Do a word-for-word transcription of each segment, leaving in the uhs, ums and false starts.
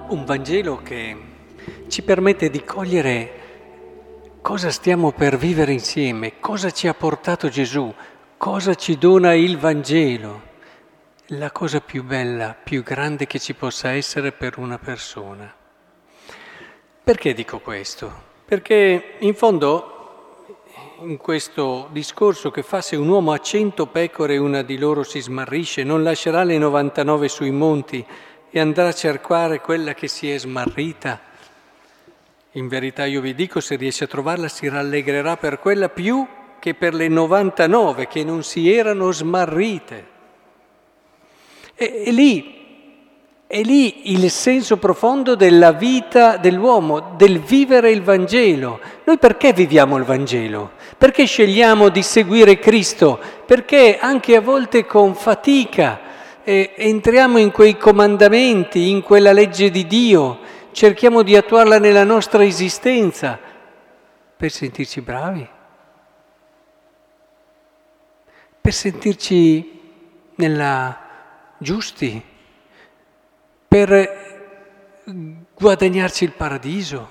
Un Vangelo che ci permette di cogliere cosa stiamo per vivere insieme, cosa ci ha portato Gesù, cosa ci dona il Vangelo, la cosa più bella, più grande che ci possa essere per una persona. Perché dico questo? Perché in fondo in questo discorso che fa: se un uomo ha cento pecore e una di loro si smarrisce, non lascerà le novantanove sui monti e andrà a cercare quella che si è smarrita. In verità io vi dico, se riesce a trovarla si rallegrerà per quella più che per le novantanove che non si erano smarrite. E, e lì, è lì il senso profondo della vita dell'uomo, del vivere il Vangelo. Noi perché viviamo il Vangelo? Perché scegliamo di seguire Cristo? Perché anche a volte con fatica eh, entriamo in quei comandamenti, in quella legge di Dio, cerchiamo di attuarla nella nostra esistenza per sentirci bravi, per sentirci nella giusti, per guadagnarci il paradiso.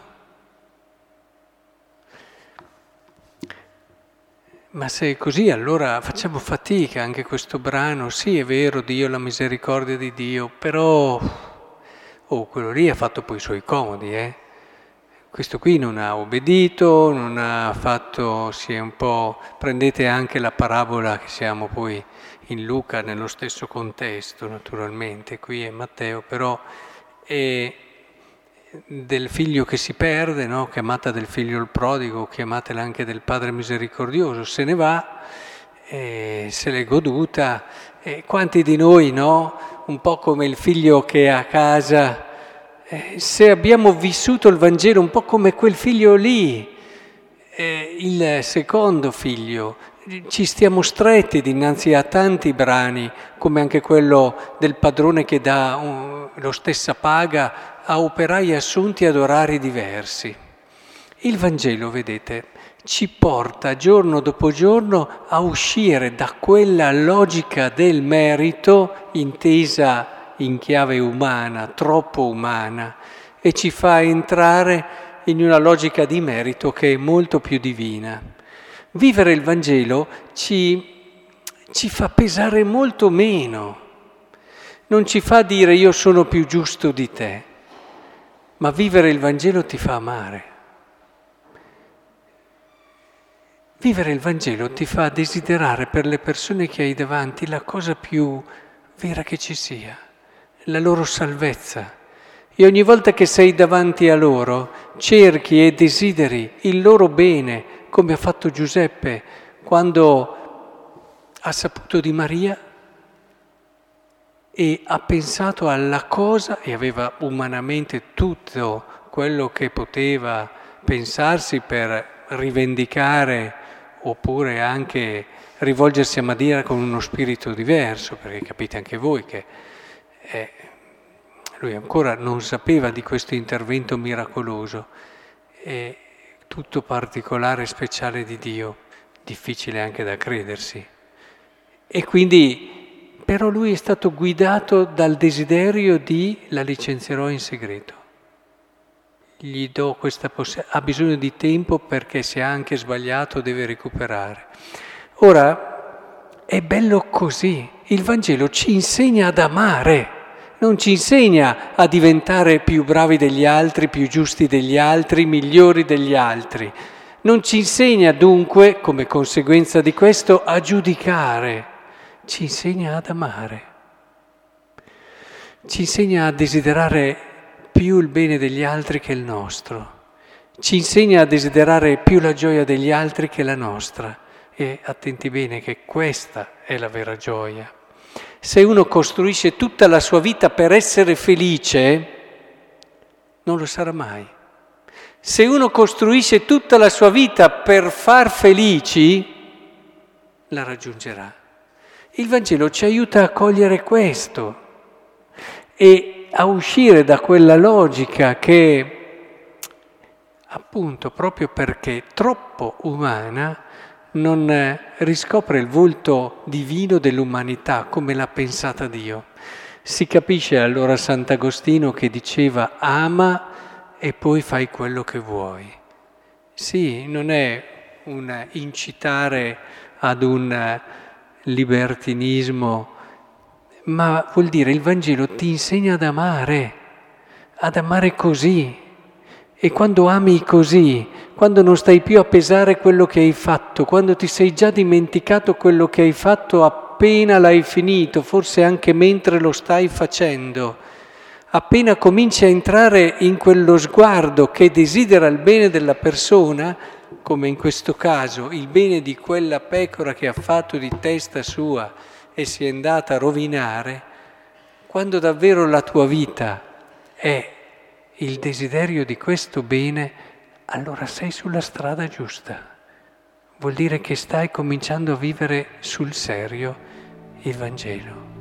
Ma se è così, allora facciamo fatica. Anche questo brano, sì, è vero, Dio, la misericordia di Dio, però oh, quello lì ha fatto poi i suoi comodi, eh? Questo qui non ha obbedito, non ha fatto, si è un po'... Prendete anche la parabola che siamo poi in Luca, nello stesso contesto, naturalmente, qui è Matteo, però è del figlio che si perde, no? Chiamata del figlio il prodigo, chiamatela anche del padre misericordioso, se ne va, e se l'è goduta. E quanti di noi, no? Un po' come il figlio che è a casa, eh, se abbiamo vissuto il Vangelo un po' come quel figlio lì, eh, il secondo figlio, ci stiamo stretti dinanzi a tanti brani, come anche quello del padrone che dà un, lo stessa paga a operai assunti ad orari diversi. Il Vangelo, vedete, ci porta giorno dopo giorno a uscire da quella logica del merito intesa in chiave umana, troppo umana, e ci fa entrare in una logica di merito che è molto più divina. Vivere il Vangelo ci, ci fa pesare molto meno, non ci fa dire io sono più giusto di te, ma vivere il Vangelo ti fa amare. Vivere il Vangelo ti fa desiderare per le persone che hai davanti la cosa più vera che ci sia, la loro salvezza. E ogni volta che sei davanti a loro cerchi e desideri il loro bene, come ha fatto Giuseppe quando ha saputo di Maria e ha pensato alla cosa, e aveva umanamente tutto quello che poteva pensarsi per rivendicare oppure anche rivolgersi a Maria con uno spirito diverso, perché capite anche voi che eh, lui ancora non sapeva di questo intervento miracoloso, è tutto particolare e speciale di Dio, difficile anche da credersi. E quindi, però lui è stato guidato dal desiderio di la licenzierò in segreto. Gli do questa possibilità, ha bisogno di tempo perché se ha anche sbagliato deve recuperare. Ora, è bello così, il Vangelo ci insegna ad amare. Non ci insegna a diventare più bravi degli altri, più giusti degli altri, migliori degli altri. Non ci insegna dunque, come conseguenza di questo, a giudicare. Ci insegna ad amare. Ci insegna a desiderare più il bene degli altri che il nostro. Ci insegna a desiderare più la gioia degli altri che la nostra. E attenti bene che questa è la vera gioia. Se uno costruisce tutta la sua vita per essere felice, non lo sarà mai. Se uno costruisce tutta la sua vita per far felici, la raggiungerà. Il Vangelo ci aiuta a cogliere questo e a uscire da quella logica che, appunto, proprio perché troppo umana, non riscopre il volto divino dell'umanità come l'ha pensata Dio. Si capisce allora Sant'Agostino che diceva ama e poi fai quello che vuoi. Sì, non è un incitare ad un libertinismo, ma vuol dire il Vangelo ti insegna ad amare, ad amare così. E quando ami così, quando non stai più a pesare quello che hai fatto, quando ti sei già dimenticato quello che hai fatto appena l'hai finito, forse anche mentre lo stai facendo, appena cominci a entrare in quello sguardo che desidera il bene della persona, come in questo caso il bene di quella pecora che ha fatto di testa sua e si è andata a rovinare, quando davvero la tua vita è il desiderio di questo bene, allora sei sulla strada giusta. Vuol dire che stai cominciando a vivere sul serio il Vangelo.